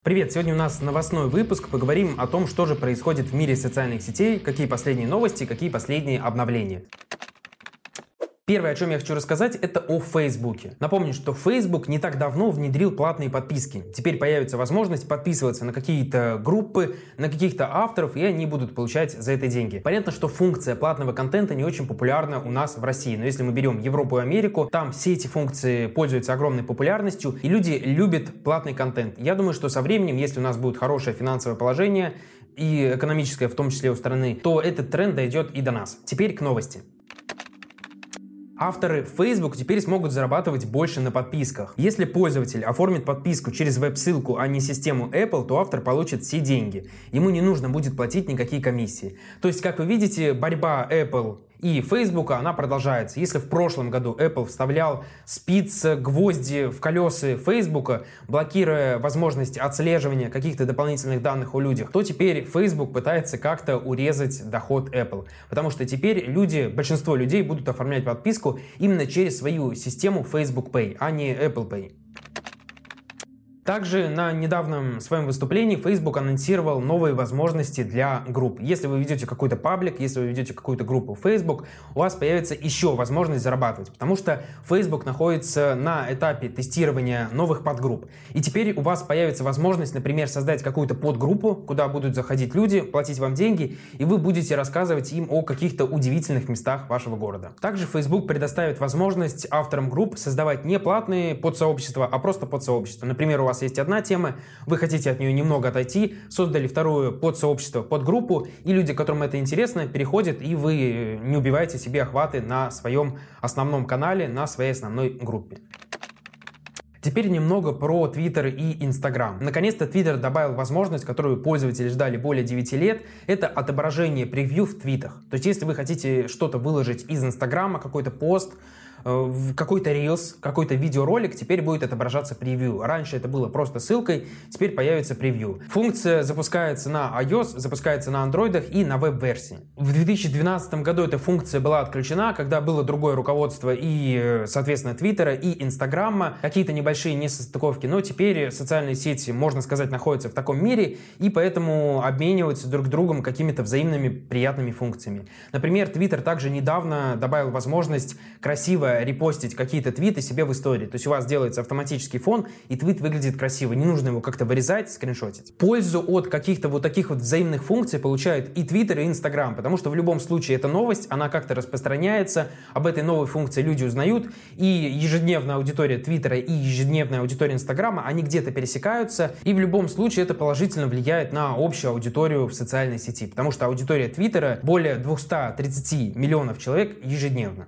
Привет! Сегодня у нас новостной выпуск. Поговорим о том, что же происходит в мире социальных сетей, какие последние новости, какие последние обновления. Первое, о чем я хочу рассказать, это о Фейсбуке. Напомню, что Facebook не так давно внедрил платные подписки. Теперь появится возможность подписываться на какие-то группы, на каких-то авторов, и они будут получать за это деньги. Понятно, что функция платного контента не очень популярна у нас в России, но если мы берем Европу и Америку, там все эти функции пользуются огромной популярностью, и люди любят платный контент. Я думаю, что со временем, если у нас будет хорошее финансовое положение, и экономическое в том числе у страны, то этот тренд дойдет и до нас. Теперь к новости. Авторы Facebook теперь смогут зарабатывать больше на подписках. Если пользователь оформит подписку через веб-ссылку, а не систему Apple, то автор получит все деньги. Ему не нужно будет платить никакие комиссии. То есть, как вы видите, борьба Apple и Facebook, она продолжается. Если в прошлом году Apple вставлял спицы, гвозди в колеса Facebook, блокируя возможность отслеживания каких-то дополнительных данных о людях, то теперь Facebook пытается как-то урезать доход Apple. Потому что теперь большинство людей будут оформлять подписку именно через свою систему Facebook Pay, а не Apple Pay. Также на недавнем своем выступлении Facebook анонсировал новые возможности для групп. Если вы ведете какой-то паблик, если вы ведете какую-то группу в Facebook, у вас появится еще возможность зарабатывать, потому что Facebook находится на этапе тестирования новых подгрупп. И теперь у вас появится возможность, например, создать какую-то подгруппу, куда будут заходить люди, платить вам деньги, и вы будете рассказывать им о каких-то удивительных местах вашего города. Также Facebook предоставит возможность авторам групп создавать не платные подсообщества, а просто подсообщества. Например, у вас есть одна тема, вы хотите от нее немного отойти, создали вторую подсообщество, подгруппу, и люди, которым это интересно, переходят, и вы не убиваете себе охваты на своем основном канале, на своей основной группе. Теперь немного про Twitter и Instagram. Наконец-то Twitter добавил возможность, которую пользователи ждали более 9 лет. Это отображение превью в твитах. То есть, если вы хотите что-то выложить из Инстаграма, какой-то пост, какой-то Reels, какой-то видеоролик, теперь будет отображаться превью. Раньше это было просто ссылкой, теперь появится превью. Функция запускается на iOS, запускается на андроидах и на веб-версии. В 2012 году эта функция была отключена, когда было другое руководство и, соответственно, Твиттера, и Инстаграма, какие-то небольшие несостыковки, но теперь социальные сети, можно сказать, находятся в таком мире, и поэтому обмениваются друг с другом какими-то взаимными приятными функциями. Например, Твиттер также недавно добавил возможность красиво репостить какие-то твиты себе в истории. То есть у вас делается автоматический фон, и твит выглядит красиво. Не нужно его как-то вырезать, скриншотить. Пользу от каких-то вот таких вот взаимных функций получают и Twitter, и Instagram, потому что в любом случае это новость, она как-то распространяется, об этой новой функции люди узнают, и ежедневная аудитория Твиттера и ежедневная аудитория Инстаграма, они где-то пересекаются, и в любом случае это положительно влияет на общую аудиторию в социальной сети, потому что аудитория Твиттера более 230 миллионов человек ежедневно.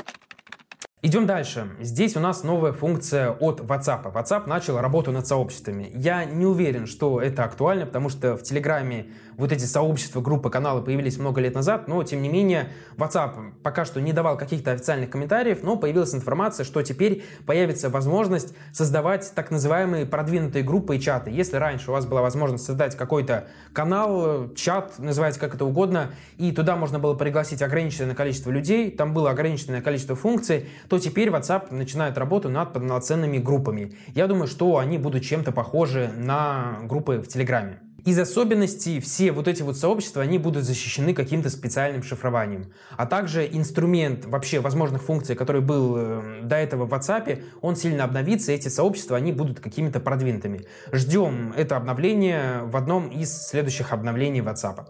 Идем дальше. Здесь у нас новая функция от WhatsApp. WhatsApp начал работу над сообществами. Я не уверен, что это актуально, потому что в Телеграме вот эти сообщества, группы, каналы появились много лет назад, но тем не менее WhatsApp пока что не давал каких-то официальных комментариев, но появилась информация, что теперь появится возможность создавать так называемые продвинутые группы и чаты. Если раньше у вас была возможность создать какой-то канал, чат, называйте как это угодно, и туда можно было пригласить ограниченное количество людей, там было ограниченное количество функций, то теперь WhatsApp начинает работу над полноценными группами. Я думаю, что они будут чем-то похожи на группы в Телеграме. Из особенностей все вот эти вот сообщества, они будут защищены каким-то специальным шифрованием. А также инструмент вообще возможных функций, который был до этого в WhatsApp, он сильно обновится, и эти сообщества, они будут какими-то продвинутыми. Ждем это обновление в одном из следующих обновлений WhatsApp.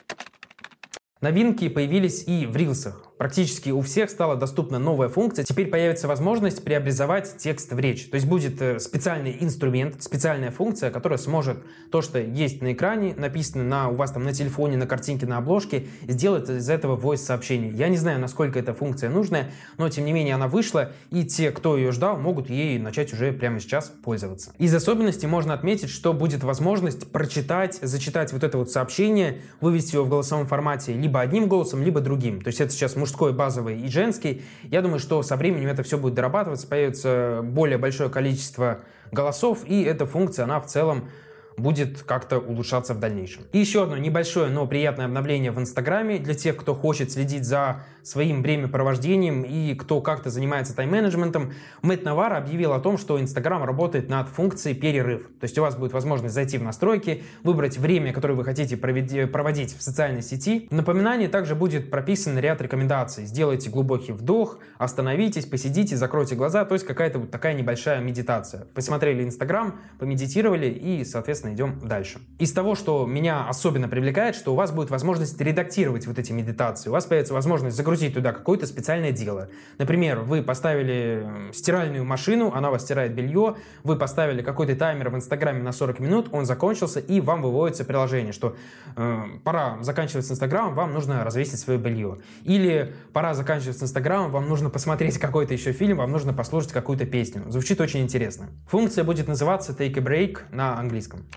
Новинки появились и в рилсах. Практически у всех стала доступна новая функция. Теперь появится возможность преобразовать текст в речь. То есть будет специальный инструмент, специальная функция, которая сможет то, что есть на экране, написано у вас там на телефоне, на картинке, на обложке, сделать из этого voice-сообщение. Я не знаю, насколько эта функция нужная, но тем не менее она вышла, и те, кто ее ждал, могут ей начать уже прямо сейчас пользоваться. Из особенностей можно отметить, что будет возможность прочитать, зачитать вот это вот сообщение, вывести его в голосовом формате либо одним голосом, либо другим. То есть это сейчас мужской, базовый и женский. Я думаю, что со временем это все будет дорабатываться, появится более большое количество голосов, и эта функция, она в целом будет как-то улучшаться в дальнейшем. И еще одно небольшое, но приятное обновление в Инстаграме для тех, кто хочет следить за своим времяпровождением и кто как-то занимается тайм-менеджментом. Мэтт Наварро объявил о том, что Инстаграм работает над функцией перерыв. То есть у вас будет возможность зайти в настройки, выбрать время, которое вы хотите проводить в социальной сети. В напоминании также будет прописан ряд рекомендаций. Сделайте глубокий вдох, остановитесь, посидите, закройте глаза. То есть какая-то вот такая небольшая медитация. Посмотрели Инстаграм, помедитировали и, соответственно, идем дальше. Из того, что меня особенно привлекает, что у вас будет возможность редактировать вот эти медитации. У вас появится возможность загрузить туда какое-то специальное дело. Например, вы поставили стиральную машину, она у вас стирает белье, вы поставили какой-то таймер в Инстаграме на 40 минут, он закончился, и вам выводится приложение, что пора заканчивать с Инстаграмом, вам нужно развесить свое белье. Или пора заканчивать с Инстаграмом, вам нужно посмотреть какой-то еще фильм, вам нужно послушать какую-то песню. Звучит очень интересно. Функция будет называться Take a Break на английском.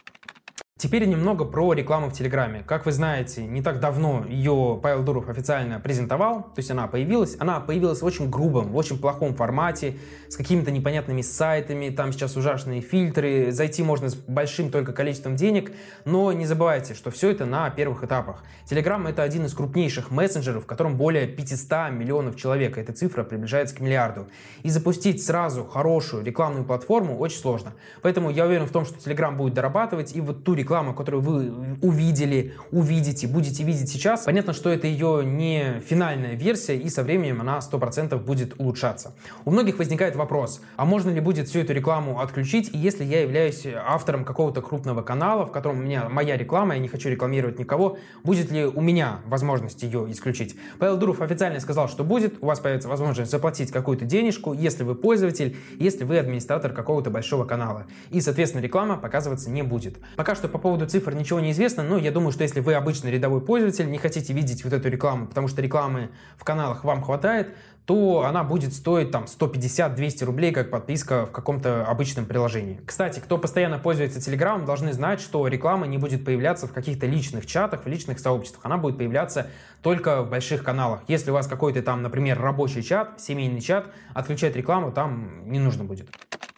Теперь немного про рекламу в Телеграме. Как вы знаете, не так давно ее Павел Дуров официально презентовал, то есть она появилась в очень грубом, в очень плохом формате, с какими-то непонятными сайтами, там сейчас ужасные фильтры, зайти можно с большим только количеством денег, но не забывайте, что все это на первых этапах. Телеграм — это один из крупнейших мессенджеров, в котором более 500 миллионов человек, эта цифра приближается к миллиарду. И запустить сразу хорошую рекламную платформу очень сложно. Поэтому я уверен в том, что Телеграм будет дорабатывать, и вот ту рекламу, которую вы будете видеть сейчас, понятно, что это ее не финальная версия, и со временем она 100% будет улучшаться. У многих возникает вопрос, а можно ли будет всю эту рекламу отключить, и если я являюсь автором какого-то крупного канала, в котором у меня моя реклама, я не хочу рекламировать никого, будет ли у меня возможность ее исключить? Павел Дуров официально сказал, что будет, у вас появится возможность заплатить какую-то денежку, если вы пользователь, если вы администратор какого-то большого канала. И, соответственно, реклама показываться не будет. Пока что по поводу цифр ничего не известно, но я думаю, что если вы обычный рядовой пользователь, не хотите видеть вот эту рекламу, потому что рекламы в каналах вам хватает, то она будет стоить там 150-200 рублей, как подписка в каком-то обычном приложении. Кстати, кто постоянно пользуется Телеграмом, должны знать, что реклама не будет появляться в каких-то личных чатах, в личных сообществах. Она будет появляться только в больших каналах. Если у вас какой-то там, например, рабочий чат, семейный чат, отключать рекламу там не нужно будет.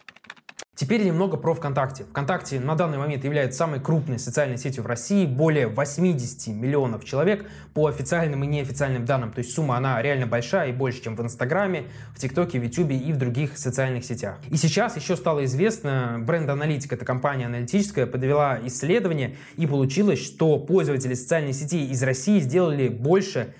Теперь немного про ВКонтакте. ВКонтакте на данный момент является самой крупной социальной сетью в России. Более 80 миллионов человек по официальным и неофициальным данным. То есть сумма она реально большая и больше, чем в Инстаграме, в ТикТоке, в Ютубе и в других социальных сетях. И сейчас еще стало известно, Brand Analytics, это компания аналитическая, подвела исследование, и получилось, что пользователи социальной сети из России сделали больше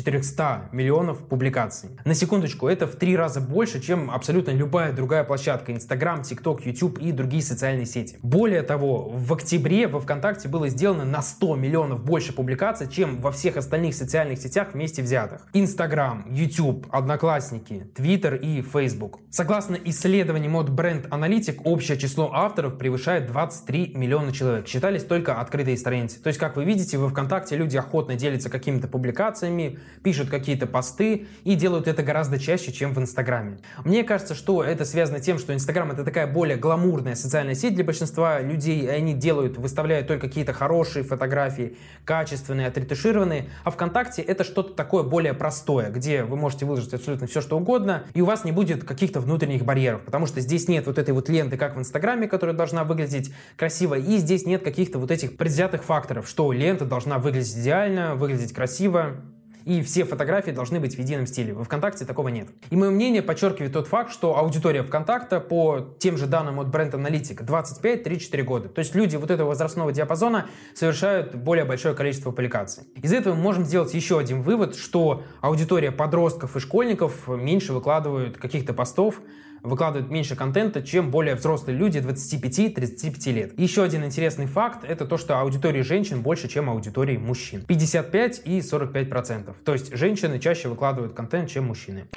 400 миллионов публикаций. На секундочку, это в 3 раза больше, чем абсолютно любая другая площадка: Instagram, TikTok, YouTube и другие социальные сети. Более того, в октябре во ВКонтакте было сделано на 100 миллионов больше публикаций, чем во всех остальных социальных сетях вместе взятых. Instagram, YouTube, Одноклассники, Twitter и Facebook. Согласно исследованиям от Brand Analytics, общее число авторов превышает 23 миллиона человек. Считались только открытые страницы. То есть, как вы видите, во ВКонтакте люди охотно делятся какими-то публикациями, пишут какие-то посты и делают это гораздо чаще, чем в Инстаграме. Мне кажется, что это связано с тем, что Инстаграм — это такая более гламурная социальная сеть для большинства людей, и они выставляют только какие-то хорошие фотографии, качественные, отретушированные, а ВКонтакте это что-то такое более простое, где вы можете выложить абсолютно все, что угодно, и у вас не будет каких-то внутренних барьеров, потому что здесь нет вот этой вот ленты, как в Инстаграме, которая должна выглядеть красиво, и здесь нет каких-то вот этих предвзятых факторов, что лента должна выглядеть идеально, выглядеть красиво, и все фотографии должны быть в едином стиле. Во ВКонтакте такого нет. И мое мнение подчеркивает тот факт, что аудитория ВКонтакта по тем же данным от Brand Analytics 25-34 года. То есть люди вот этого возрастного диапазона совершают более большое количество публикаций. Из этого мы можем сделать еще один вывод, что аудитория подростков и школьников меньше выкладывают каких-то постов, выкладывают меньше контента, чем более взрослые люди 25-35 лет. Еще один интересный факт — это то, что аудитории женщин больше, чем аудитории мужчин. 55 и 45%. То есть женщины чаще выкладывают контент, чем мужчины.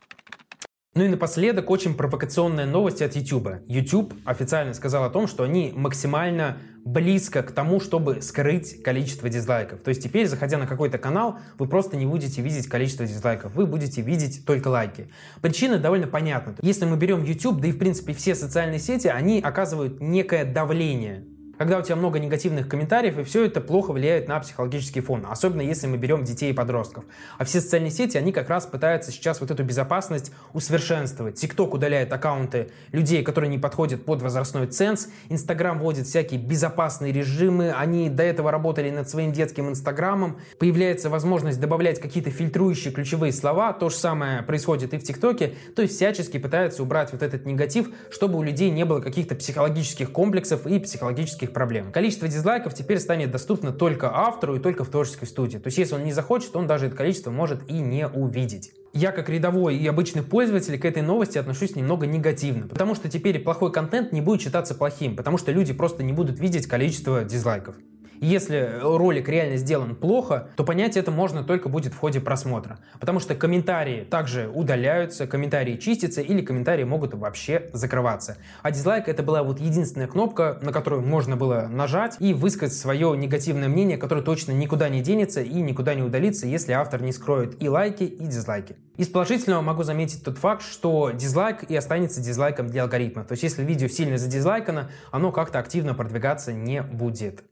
Ну и напоследок очень провокационная новость от YouTube. YouTube официально сказал о том, что они максимально близко к тому, чтобы скрыть количество дизлайков. То есть теперь, заходя на какой-то канал, вы просто не будете видеть количество дизлайков, вы будете видеть только лайки. Причина довольно понятна. Если мы берем YouTube, да и в принципе все социальные сети, они оказывают некое давление когда у тебя много негативных комментариев, и все это плохо влияет на психологический фон, особенно если мы берем детей и подростков. А все социальные сети, они как раз пытаются сейчас вот эту безопасность усовершенствовать. TikTok удаляет аккаунты людей, которые не подходят под возрастной ценз, Instagram вводит всякие безопасные режимы, они до этого работали над своим детским Инстаграмом, появляется возможность добавлять какие-то фильтрующие ключевые слова, то же самое происходит и в ТикТоке, то есть всячески пытаются убрать вот этот негатив, чтобы у людей не было каких-то психологических комплексов и психологических проблем. Количество дизлайков теперь станет доступно только автору и только в творческой студии, то есть если он не захочет, он даже это количество может и не увидеть. Я, как рядовой и обычный пользователь, к этой новости отношусь немного негативно, потому что теперь плохой контент не будет считаться плохим, потому что люди просто не будут видеть количество дизлайков. И если ролик реально сделан плохо, то понять это можно только будет в ходе просмотра. Потому что комментарии также удаляются, комментарии чистятся или комментарии могут вообще закрываться. А дизлайк — это была вот единственная кнопка, на которую можно было нажать и высказать свое негативное мнение, которое точно никуда не денется и никуда не удалится, если автор не скроет и лайки, и дизлайки. Из положительного могу заметить тот факт, что дизлайк и останется дизлайком для алгоритма. То есть если видео сильно задизлайкано, оно как-то активно продвигаться не будет.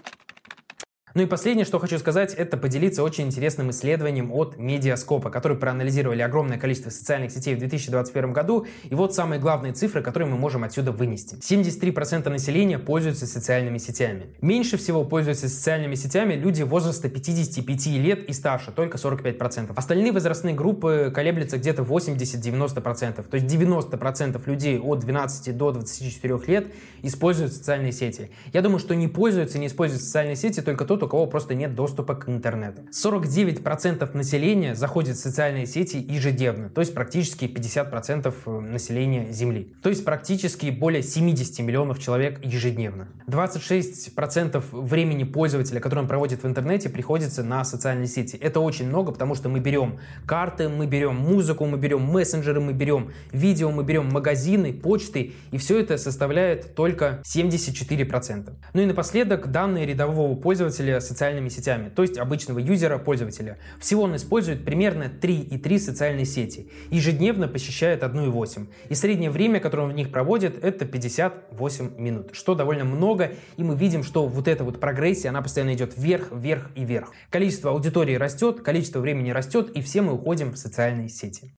Ну и последнее, что хочу сказать, это поделиться очень интересным исследованием от Медиаскопа, которые проанализировали огромное количество социальных сетей в 2021 году. И вот самые главные цифры, которые мы можем отсюда вынести. 73% населения пользуются социальными сетями. Меньше всего пользуются социальными сетями люди возраста 55 лет и старше, только 45%. Остальные возрастные группы колеблются где-то 80-90%. То есть 90% людей от 12 до 24 лет используют социальные сети. Я думаю, что не пользуются и не используют социальные сети только тот, у кого просто нет доступа к интернету. 49% населения заходит в социальные сети ежедневно, то есть практически 50% населения Земли. То есть практически более 70 миллионов человек ежедневно. 26% времени пользователя, который он проводит в интернете, приходится на социальные сети. Это очень много, потому что мы берем карты, мы берем музыку, мы берем мессенджеры, мы берем видео, мы берем магазины, почты, и все это составляет только 74%. Ну и напоследок данные рядового пользователя социальными сетями, то есть обычного юзера, пользователя. Всего он использует примерно 3,3 социальные сети. Ежедневно посещает 1,8. И среднее время, которое он в них проводит, это 58 минут, что довольно много, и мы видим, что вот эта вот прогрессия, она постоянно идет вверх, вверх и вверх. Количество аудитории растет, количество времени растет, и все мы уходим в социальные сети.